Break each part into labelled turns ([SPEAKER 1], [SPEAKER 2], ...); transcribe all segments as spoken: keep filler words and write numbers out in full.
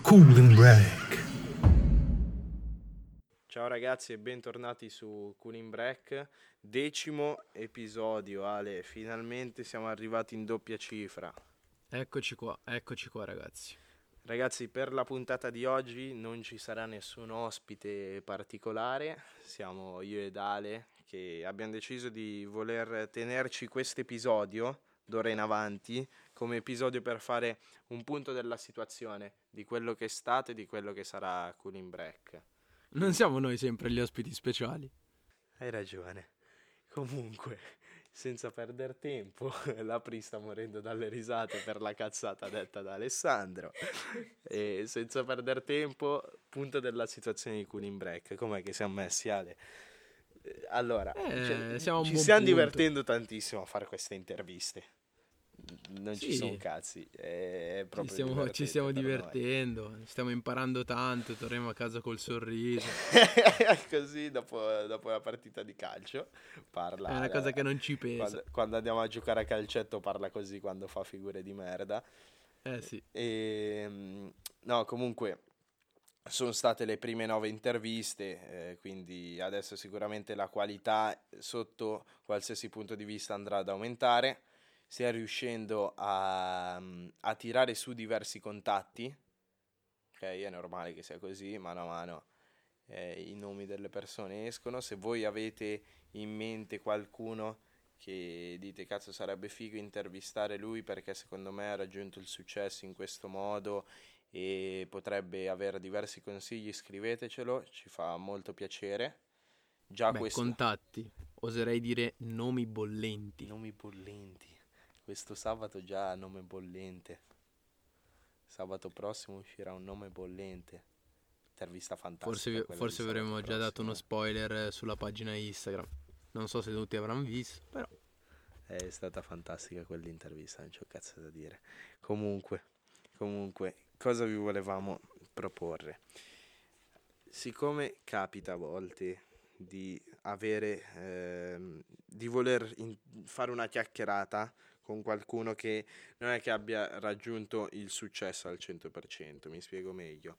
[SPEAKER 1] Cooling Break.
[SPEAKER 2] Ciao ragazzi e bentornati su Cooling Break, decimo episodio. Ale, finalmente siamo arrivati in doppia cifra.
[SPEAKER 3] Eccoci qua, eccoci qua ragazzi.
[SPEAKER 2] Ragazzi, per la puntata di oggi non ci sarà nessun ospite particolare, siamo io ed Ale che abbiamo deciso di voler tenerci questo episodio d'ora in avanti come episodio per fare un punto della situazione, di quello che è stato e di quello che sarà Cooling Break.
[SPEAKER 3] Non siamo noi sempre gli ospiti speciali.
[SPEAKER 2] Hai ragione. Comunque, senza perdere tempo, l'Apri sta morendo dalle risate per la cazzata detta da Alessandro. E senza perdere tempo, punto della situazione di Cooling Break. Com'è che siamo messi, Ale? Eh, Allora,
[SPEAKER 3] Eh,
[SPEAKER 2] cioè,
[SPEAKER 3] siamo a un
[SPEAKER 2] ci
[SPEAKER 3] buon
[SPEAKER 2] stiamo
[SPEAKER 3] punto.
[SPEAKER 2] divertendo tantissimo a fare queste interviste. Non ci
[SPEAKER 3] Sì.
[SPEAKER 2] sono cazzi, è
[SPEAKER 3] Ci
[SPEAKER 2] proprio
[SPEAKER 3] stiamo, ci
[SPEAKER 2] divertente
[SPEAKER 3] stiamo
[SPEAKER 2] per noi.
[SPEAKER 3] divertendo, stiamo imparando tanto, torniamo a casa col sorriso.
[SPEAKER 2] Così dopo, dopo la partita di calcio parla.
[SPEAKER 3] È una cosa che non ci pesa.
[SPEAKER 2] Quando, quando andiamo a giocare a calcetto parla così quando fa figure di merda.
[SPEAKER 3] Eh sì.
[SPEAKER 2] E, mm, no, comunque sono state le prime nove interviste, eh, quindi adesso sicuramente la qualità sotto qualsiasi punto di vista andrà ad aumentare. Stiamo riuscendo a, a tirare su diversi contatti, ok? È normale che sia così, mano a mano eh, i nomi delle persone escono. Se voi avete in mente qualcuno che dite cazzo sarebbe figo intervistare lui perché secondo me ha raggiunto il successo in questo modo e potrebbe avere diversi consigli, scrivetecelo, ci fa molto piacere. Già
[SPEAKER 3] Beh,
[SPEAKER 2] questo...
[SPEAKER 3] contatti, oserei dire nomi bollenti.
[SPEAKER 2] Nomi bollenti. Questo sabato già nome bollente. Sabato prossimo uscirà un nome bollente. Intervista fantastica.
[SPEAKER 3] Forse,
[SPEAKER 2] quella
[SPEAKER 3] forse
[SPEAKER 2] di
[SPEAKER 3] avremmo
[SPEAKER 2] sabato
[SPEAKER 3] già dato
[SPEAKER 2] prossimo.
[SPEAKER 3] uno spoiler eh, sulla pagina Instagram. Non so se tutti avranno visto, però.
[SPEAKER 2] È stata fantastica quell'intervista, non c'ho cazzo da dire. Comunque, comunque, cosa vi volevamo proporre? Siccome capita a volte di avere, ehm, di voler in- fare una chiacchierata con qualcuno che non è che abbia raggiunto il successo al cento per cento, mi spiego meglio.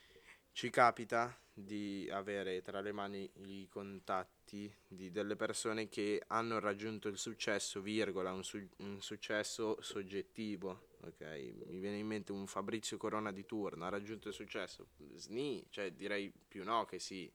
[SPEAKER 2] Ci capita di avere tra le mani i contatti di delle persone che hanno raggiunto il successo, virgola, un, su- un successo soggettivo, ok? Mi viene in mente un Fabrizio Corona di turno, ha raggiunto il successo, sni, cioè direi più no che sì.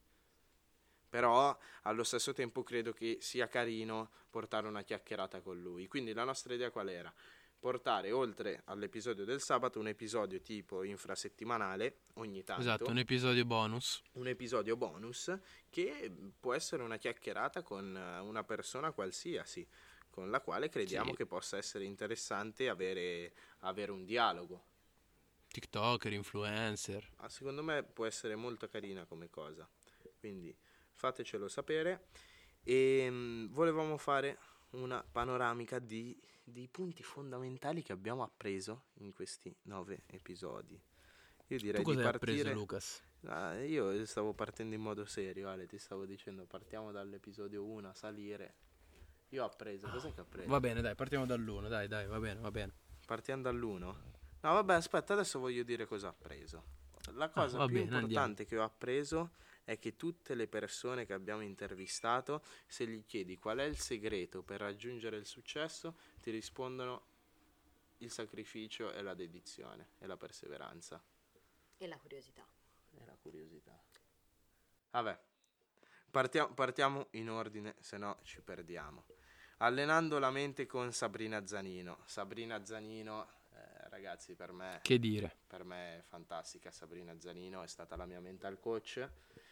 [SPEAKER 2] Però allo stesso tempo credo che sia carino portare una chiacchierata con lui. Quindi la nostra idea qual era? Portare oltre all'episodio del sabato un episodio tipo infrasettimanale ogni tanto.
[SPEAKER 3] Esatto, un episodio bonus.
[SPEAKER 2] Un episodio bonus che può essere una chiacchierata con una persona qualsiasi con la quale crediamo
[SPEAKER 3] Sì.
[SPEAKER 2] che possa essere interessante avere, avere un dialogo.
[SPEAKER 3] TikToker, influencer.
[SPEAKER 2] Ah, secondo me può essere molto carina come cosa, quindi fatecelo sapere. E mh, volevamo fare una panoramica di, dei punti fondamentali che abbiamo appreso in questi nove episodi. Io direi
[SPEAKER 3] Tu cosa
[SPEAKER 2] di
[SPEAKER 3] hai
[SPEAKER 2] partire.
[SPEAKER 3] appreso, Lucas?
[SPEAKER 2] Ah, io stavo partendo in modo serio, Ale, ti stavo dicendo partiamo dall'episodio uno a salire. Io ho appreso, cos'è che ho appreso?
[SPEAKER 3] Va bene, dai, partiamo dall'uno, dai, dai, va bene, va bene.
[SPEAKER 2] Partiamo dall'uno? No, vabbè, aspetta, adesso voglio dire cosa ho appreso. La cosa
[SPEAKER 3] Ah, va
[SPEAKER 2] più
[SPEAKER 3] bene,
[SPEAKER 2] importante che ho appreso è che tutte le persone che abbiamo intervistato, se gli chiedi qual è il segreto per raggiungere il successo, ti rispondono il sacrificio e la dedizione e la perseveranza.
[SPEAKER 4] E la curiosità.
[SPEAKER 2] E la curiosità. Vabbè, partiamo, partiamo in ordine, se no ci perdiamo. Allenando la mente con Sabrina Zanino. Sabrina Zanino, eh, ragazzi, per me,
[SPEAKER 3] Che dire?
[SPEAKER 2] per me è fantastica. Sabrina Zanino è stata la mia mental coach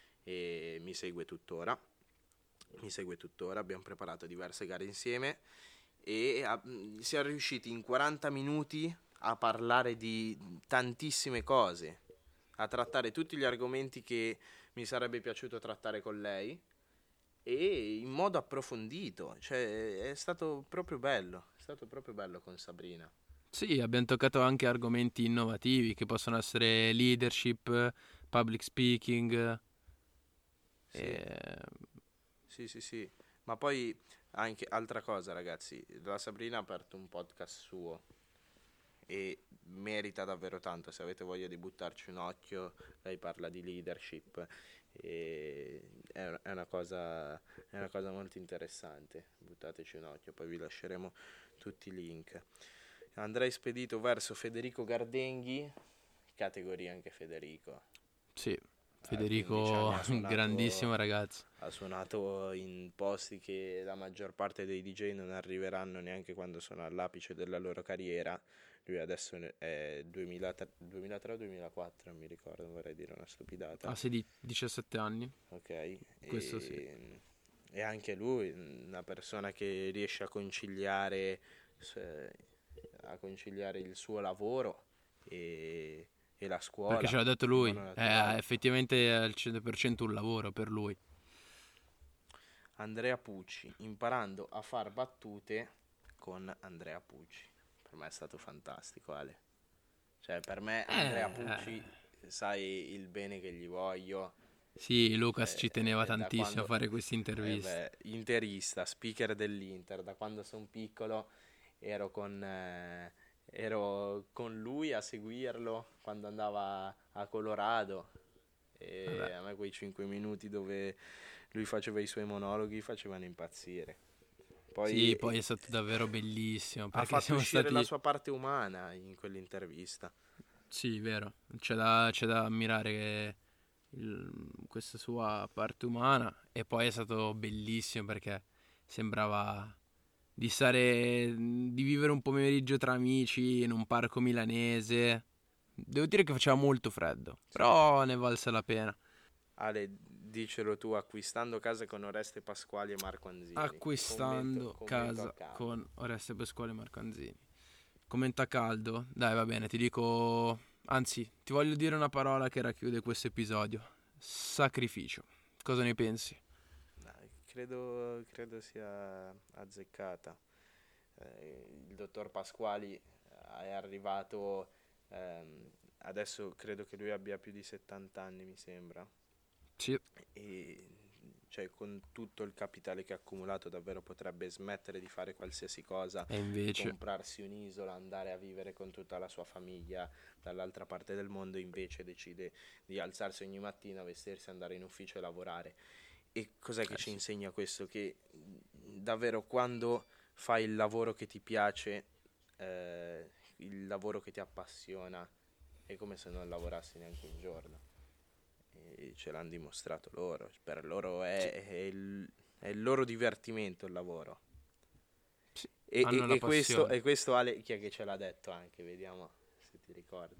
[SPEAKER 2] e mi segue tuttora. Mi segue tuttora, abbiamo preparato diverse gare insieme e a, siamo riusciti in quaranta minuti a parlare di tantissime cose, a trattare tutti gli argomenti che mi sarebbe piaciuto trattare con lei e in modo approfondito, cioè è stato proprio bello, è stato proprio bello con Sabrina.
[SPEAKER 3] Sì, abbiamo toccato anche argomenti innovativi che possono essere leadership, public speaking.
[SPEAKER 2] Sì.
[SPEAKER 3] E...
[SPEAKER 2] Sì, sì, sì, ma poi anche altra cosa, ragazzi, la Sabrina ha aperto un podcast suo e merita davvero tanto. Se avete voglia di buttarci un occhio, lei parla di leadership e è, è una cosa è una cosa molto interessante, buttateci un occhio, poi vi lasceremo tutti i link. Andrei spedito verso Federico Gardenghi, categoria anche Federico.
[SPEAKER 3] Sì, Federico, un grandissimo ragazzo.
[SPEAKER 2] Ha suonato in posti che la maggior parte dei D J non arriveranno neanche quando sono all'apice della loro carriera. Lui adesso è duemilatré duemilaquattro, non mi ricordo, vorrei dire una stupidata.
[SPEAKER 3] Ha ah, diciassette anni.
[SPEAKER 2] Ok.
[SPEAKER 3] Questo
[SPEAKER 2] e,
[SPEAKER 3] sì.
[SPEAKER 2] E anche lui, una persona che riesce a conciliare, a conciliare il suo lavoro e, e la scuola.
[SPEAKER 3] Perché ce l'ha detto lui, è effettivamente al cento per cento un lavoro per lui.
[SPEAKER 2] Andrea Pucci, imparando a far battute con Andrea Pucci. Per me è stato fantastico, Ale. Cioè, per me Andrea eh, Pucci, sai il bene che gli voglio.
[SPEAKER 3] Sì, Lucas eh, ci teneva eh, tantissimo quando, a fare queste interviste.
[SPEAKER 2] Eh, beh, interista, speaker dell'Inter, da quando sono piccolo ero con, eh, ero con lui a seguirlo quando andava a Colorado. E Vabbè. a me quei cinque minuti dove lui faceva i suoi monologhi facevano impazzire. Poi
[SPEAKER 3] sì, poi è stato davvero bellissimo.
[SPEAKER 2] Ha fatto
[SPEAKER 3] siamo
[SPEAKER 2] uscire
[SPEAKER 3] stati...
[SPEAKER 2] la sua parte umana in quell'intervista.
[SPEAKER 3] Sì, vero. C'è da, c'è da ammirare che il, questa sua parte umana. E poi è stato bellissimo perché sembrava di stare, di vivere un pomeriggio tra amici in un parco milanese. Devo dire che faceva molto freddo, sì. Però ne valse la pena.
[SPEAKER 2] Ale, dicelo tu, acquistando casa con Oreste Pasquali e Marco Anzini.
[SPEAKER 3] Acquistando commento, casa commento con Oreste Pasquali e Marco Anzini. Commento a caldo. Dai, va bene, ti dico... Anzi, ti voglio dire una parola che racchiude questo episodio. Sacrificio. Cosa ne pensi?
[SPEAKER 2] Dai, credo, credo sia azzeccata. Eh, il dottor Pasquali è arrivato... Ehm, adesso credo che lui abbia più di settanta anni, mi sembra.
[SPEAKER 3] Sì.
[SPEAKER 2] E cioè con tutto il capitale che ha accumulato davvero potrebbe smettere di fare qualsiasi cosa
[SPEAKER 3] e invece
[SPEAKER 2] comprarsi un'isola, andare a vivere con tutta la sua famiglia dall'altra parte del mondo, invece decide di alzarsi ogni mattina, vestirsi, andare in ufficio e lavorare. E cos'è che eh ci sì. insegna questo? Che davvero quando fai il lavoro che ti piace, eh, il lavoro che ti appassiona, è come se non lavorassi neanche un giorno. E ce l'hanno dimostrato loro. Per loro è, sì. è, il, è il loro divertimento il lavoro.
[SPEAKER 3] Sì,
[SPEAKER 2] e, e, e, questo, e questo Ale, chi è che ce l'ha detto anche? Vediamo se ti ricordi.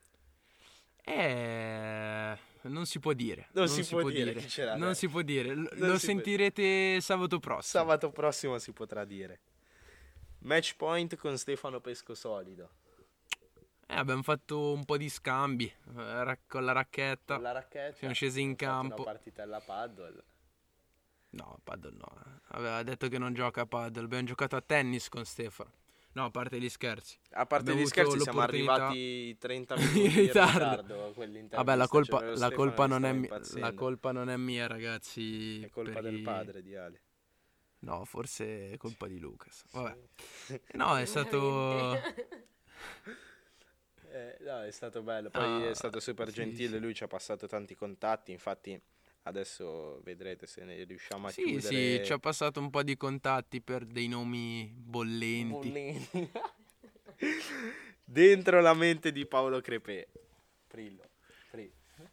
[SPEAKER 3] Eh, non si può dire.
[SPEAKER 2] Non,
[SPEAKER 3] non
[SPEAKER 2] si, si può, può dire, dire. Chi ce l'ha
[SPEAKER 3] non
[SPEAKER 2] detto.
[SPEAKER 3] si può dire. L- lo sentirete può... sabato prossimo.
[SPEAKER 2] Sabato prossimo si potrà dire. Match point con Stefano Pescosolido.
[SPEAKER 3] Eh, abbiamo fatto un po' di scambi eh, con la racchetta.
[SPEAKER 2] Con la racchetta.
[SPEAKER 3] Siamo scesi in campo.
[SPEAKER 2] Una partitella a paddle.
[SPEAKER 3] No, paddle no. Aveva detto che non gioca a paddle. Abbiamo giocato a tennis con Stefano. No, a parte gli scherzi.
[SPEAKER 2] A parte abbiamo gli scherzi siamo arrivati trenta minuti in ritardo.
[SPEAKER 3] Vabbè, la colpa, la, colpa non è mi- la colpa non è mia, ragazzi.
[SPEAKER 2] È colpa del i... padre di Ale.
[SPEAKER 3] No, forse è colpa di Lucas. Vabbè. No, è stato...
[SPEAKER 2] Eh, no, è stato bello, poi ah, è stato super gentile, sì, sì. Lui ci ha passato tanti contatti, infatti adesso vedrete se ne riusciamo a
[SPEAKER 3] sì,
[SPEAKER 2] chiudere.
[SPEAKER 3] Sì, ci ha passato un po' di contatti per dei nomi bollenti.
[SPEAKER 2] bollenti. Dentro la mente di Paolo Crepè. Prillo. Prillo.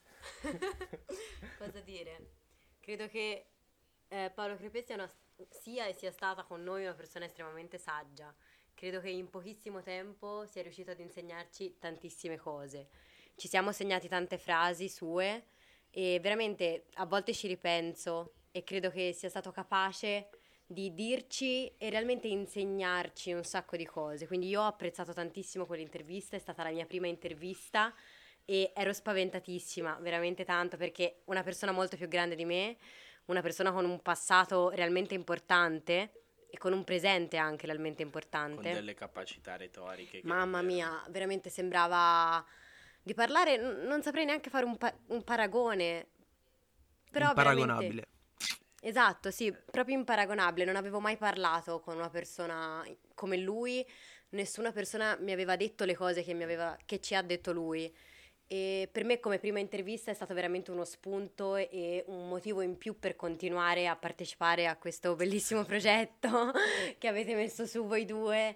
[SPEAKER 4] Cosa dire? Credo che eh, Paolo Crepè sia, una, sia e sia stata con noi una persona estremamente saggia. Credo che in pochissimo tempo sia riuscito ad insegnarci tantissime cose. Ci siamo segnati tante frasi sue e veramente a volte ci ripenso e credo che sia stato capace di dirci e realmente insegnarci un sacco di cose. Quindi io ho apprezzato tantissimo quell'intervista, è stata la mia prima intervista e ero spaventatissima, veramente tanto, perché una persona molto più grande di me, una persona con un passato realmente importante e con un presente anche realmente importante.
[SPEAKER 2] Con delle capacità retoriche. Che
[SPEAKER 4] Mamma mia, veramente sembrava di parlare, n- non saprei neanche fare un, pa- un paragone. Però
[SPEAKER 3] imparagonabile.
[SPEAKER 4] Veramente... Esatto, sì, proprio imparagonabile. Non avevo mai parlato con una persona come lui, nessuna persona mi aveva detto le cose che, mi aveva, che ci ha detto lui. E per me come prima intervista è stato veramente uno spunto e un motivo in più per continuare a partecipare a questo bellissimo progetto che avete messo su voi due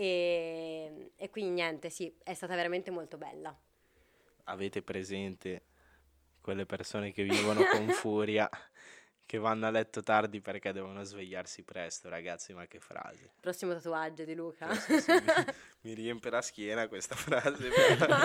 [SPEAKER 4] e, e quindi niente, sì, è stata veramente molto bella.
[SPEAKER 2] Avete presente quelle persone che vivono con furia, che vanno a letto tardi perché devono svegliarsi presto, ragazzi, ma che frase.
[SPEAKER 4] Prossimo tatuaggio di Luca.
[SPEAKER 2] Sì, sì, mi, mi riempie la schiena questa frase. Però.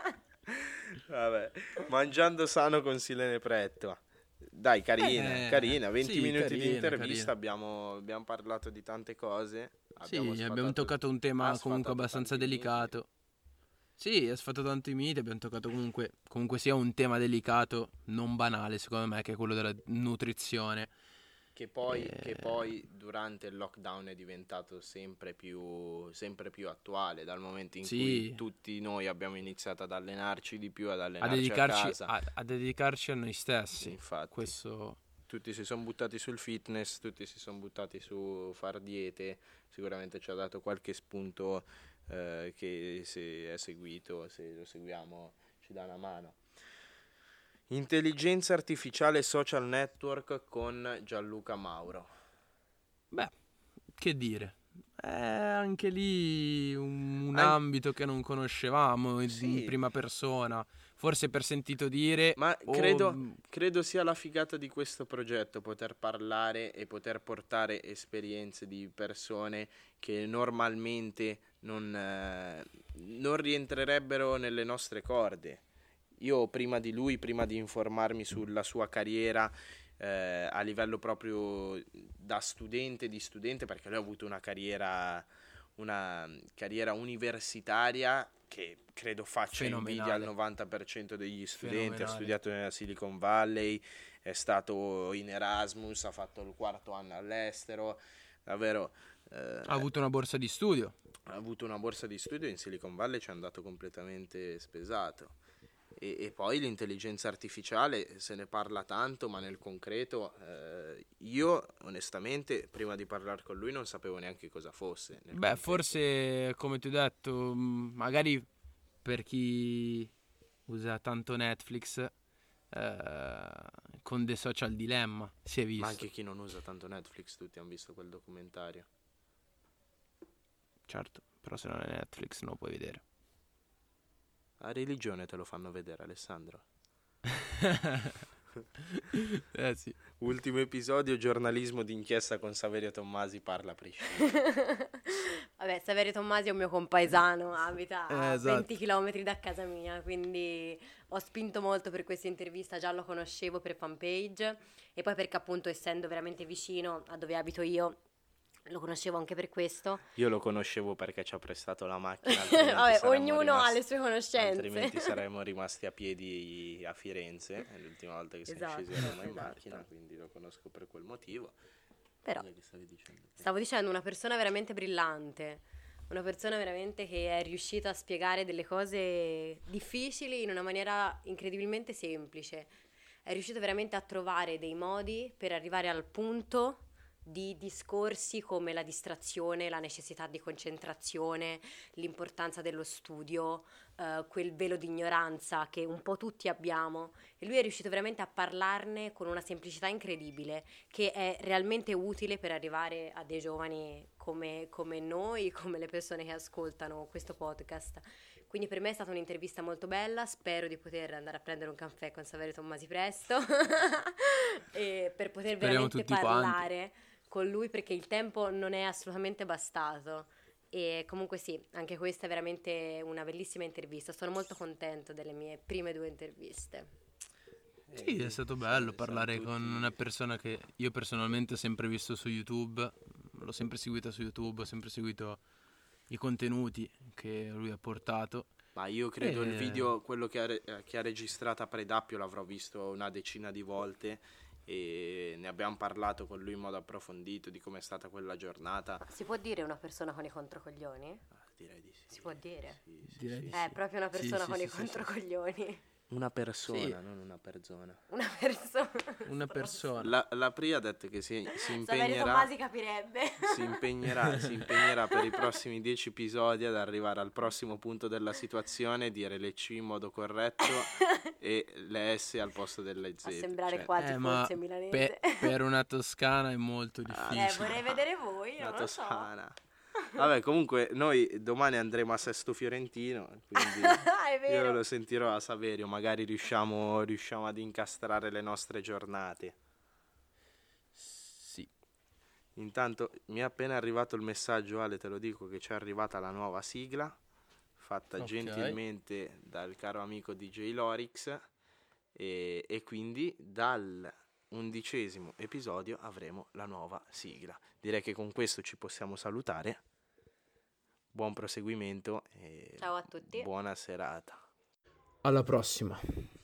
[SPEAKER 2] Vabbè, mangiando sano con Silene Pretto. Dai, carina,
[SPEAKER 3] Eh,
[SPEAKER 2] carina, venti
[SPEAKER 3] sì,
[SPEAKER 2] minuti
[SPEAKER 3] carina,
[SPEAKER 2] di intervista,
[SPEAKER 3] carina.
[SPEAKER 2] abbiamo, abbiamo parlato di tante cose.
[SPEAKER 3] Sì,
[SPEAKER 2] Abbiamo
[SPEAKER 3] abbiamo
[SPEAKER 2] sfatato-
[SPEAKER 3] toccato un
[SPEAKER 2] ha
[SPEAKER 3] tema
[SPEAKER 2] sfatato
[SPEAKER 3] comunque abbastanza
[SPEAKER 2] tanti miti.
[SPEAKER 3] delicato. Sì, ha sfatato tanti miti, abbiamo toccato comunque, comunque sia un tema delicato, non banale secondo me, che è quello della nutrizione.
[SPEAKER 2] Che poi,
[SPEAKER 3] Eh,
[SPEAKER 2] che poi durante il lockdown è diventato sempre più, sempre più attuale, dal momento in
[SPEAKER 3] Sì.
[SPEAKER 2] cui tutti noi abbiamo iniziato ad allenarci di più, ad
[SPEAKER 3] A
[SPEAKER 2] allenarci a,
[SPEAKER 3] dedicarci
[SPEAKER 2] casa.
[SPEAKER 3] a, a dedicarci a noi stessi.
[SPEAKER 2] Infatti,
[SPEAKER 3] Questo
[SPEAKER 2] tutti si sono buttati sul fitness, tutti si sono buttati su far diete, sicuramente ci ha dato qualche spunto eh, che se è seguito, se lo seguiamo, ci dà una mano. Intelligenza artificiale social network con Gianluca Mauro.
[SPEAKER 3] Beh, che dire, è anche lì un, un
[SPEAKER 2] An-
[SPEAKER 3] ambito che non conoscevamo in,
[SPEAKER 2] Sì.
[SPEAKER 3] in prima persona, forse per sentito dire.
[SPEAKER 2] Ma
[SPEAKER 3] o-
[SPEAKER 2] credo, credo sia la figata di questo progetto, poter parlare e poter portare esperienze di persone che normalmente non, eh, non rientrerebbero nelle nostre corde. Io prima di lui, prima di informarmi sulla sua carriera eh, a livello proprio da studente di studente, perché lui ha avuto una carriera, una carriera universitaria che credo faccia invidia al
[SPEAKER 3] Fenomenale.
[SPEAKER 2] novanta per cento degli studenti. Ha
[SPEAKER 3] Fenomenale.
[SPEAKER 2] studiato nella Silicon Valley, è stato in Erasmus, ha fatto il quarto anno all'estero, davvero eh,
[SPEAKER 3] Ha avuto una borsa di studio.
[SPEAKER 2] ha avuto una borsa di studio in Silicon Valley, ci è andato completamente spesato. E, e poi l'intelligenza artificiale se ne parla tanto, ma nel concreto eh, io onestamente prima di parlare con lui non sapevo neanche cosa fosse. nel
[SPEAKER 3] Beh,
[SPEAKER 2] concreto.
[SPEAKER 3] forse, come ti ho detto, mh, magari per chi usa tanto Netflix, eh, con The Social Dilemma si è visto.
[SPEAKER 2] Ma anche chi non usa tanto Netflix, tutti hanno visto quel documentario.
[SPEAKER 3] Certo, però se non è Netflix non lo puoi vedere.
[SPEAKER 2] La religione te lo fanno vedere, Alessandro.
[SPEAKER 3] Eh sì.
[SPEAKER 2] Ultimo episodio, giornalismo d'inchiesta con Saverio Tommasi, parla Priscilla.
[SPEAKER 4] Vabbè, Saverio Tommasi è un mio compaesano, abita a
[SPEAKER 3] Eh, esatto.
[SPEAKER 4] venti chilometri da casa mia, quindi ho spinto molto per questa intervista, già lo conoscevo per fanpage e poi perché appunto essendo veramente vicino a dove abito io, lo conoscevo anche per questo.
[SPEAKER 2] Io lo conoscevo perché ci ha prestato la macchina. altrimenti
[SPEAKER 4] Vabbè,
[SPEAKER 2] saremmo
[SPEAKER 4] ognuno
[SPEAKER 2] rimasti-
[SPEAKER 4] ha le sue conoscenze.
[SPEAKER 2] Altrimenti saremmo rimasti a piedi a Firenze, è l'ultima volta che siamo
[SPEAKER 4] Esatto,
[SPEAKER 2] scesi a Roma in
[SPEAKER 4] esatto.
[SPEAKER 2] macchina, quindi lo conosco per quel motivo.
[SPEAKER 4] Però
[SPEAKER 2] Cos'è che stavi dicendo?
[SPEAKER 4] stavo dicendo una persona veramente brillante, una persona veramente che è riuscita a spiegare delle cose difficili in una maniera incredibilmente semplice. È riuscito veramente a trovare dei modi per arrivare al punto di discorsi come la distrazione, la necessità di concentrazione, l'importanza dello studio, eh, quel velo di ignoranza che un po' tutti abbiamo. E lui è riuscito veramente a parlarne con una semplicità incredibile, che è realmente utile per arrivare a dei giovani come, come noi, come le persone che ascoltano questo podcast. Quindi per me è stata un'intervista molto bella, spero di poter andare a prendere un caffè con Saverio Tommasi presto e per poter
[SPEAKER 3] Speriamo
[SPEAKER 4] veramente
[SPEAKER 3] tutti
[SPEAKER 4] parlare con lui perché il tempo non è assolutamente bastato. E comunque sì, anche questa è veramente una bellissima intervista, sono molto contento delle mie prime due interviste.
[SPEAKER 3] Sì, è stato bello parlare con una persona che io personalmente ho sempre visto su YouTube, l'ho sempre seguita su YouTube, ho sempre seguito i contenuti che lui ha portato.
[SPEAKER 2] Ma io credo il
[SPEAKER 3] Eh.
[SPEAKER 2] video, quello che ha, re- che ha registrato a Predappio, l'avrò visto una decina di volte e ne abbiamo parlato con lui in modo approfondito di com'è stata quella giornata.
[SPEAKER 4] Si può dire una persona con i controcoglioni?
[SPEAKER 2] Ah, direi di sì.
[SPEAKER 4] Si può dire?
[SPEAKER 2] Sì, sì,
[SPEAKER 3] Direi
[SPEAKER 2] sì.
[SPEAKER 3] di
[SPEAKER 4] È proprio una
[SPEAKER 3] Sì,
[SPEAKER 4] persona
[SPEAKER 3] sì,
[SPEAKER 4] con
[SPEAKER 3] sì,
[SPEAKER 4] i
[SPEAKER 3] sì,
[SPEAKER 4] controcoglioni.
[SPEAKER 2] Una persona,
[SPEAKER 3] Sì.
[SPEAKER 2] non una persona.
[SPEAKER 4] Una persona.
[SPEAKER 3] Una persona.
[SPEAKER 2] La, la Pri ha detto che si, si
[SPEAKER 4] Saverio
[SPEAKER 2] impegnerà,
[SPEAKER 4] Tommasi capirebbe.
[SPEAKER 2] si impegnerà, si impegnerà per i prossimi dieci episodi ad arrivare al prossimo punto della situazione, dire le C in modo corretto e le S al posto delle Z.
[SPEAKER 4] A sembrare
[SPEAKER 2] Cioè,
[SPEAKER 4] quasi
[SPEAKER 3] Eh, ma
[SPEAKER 4] forse milanese.
[SPEAKER 3] pe- per una toscana è molto
[SPEAKER 2] Ah,
[SPEAKER 3] difficile.
[SPEAKER 4] Eh, vorrei vedere voi,
[SPEAKER 2] la
[SPEAKER 4] non lo so.
[SPEAKER 2] Toscana. Vabbè, comunque noi domani andremo a Sesto Fiorentino, quindi
[SPEAKER 4] Ah, è
[SPEAKER 2] io
[SPEAKER 4] vero.
[SPEAKER 2] lo sentirò a Saverio, magari riusciamo, riusciamo ad incastrare le nostre giornate.
[SPEAKER 3] Sì.
[SPEAKER 2] Intanto mi è appena arrivato il messaggio, Ale, te lo dico, che ci è arrivata la nuova sigla, fatta
[SPEAKER 3] Ok.
[SPEAKER 2] gentilmente dal caro amico D J Lorix, e, e quindi dal undicesimo episodio avremo la nuova sigla. Direi che con questo ci possiamo salutare. Buon proseguimento e
[SPEAKER 4] Ciao a tutti.
[SPEAKER 2] buona serata.
[SPEAKER 3] Alla prossima.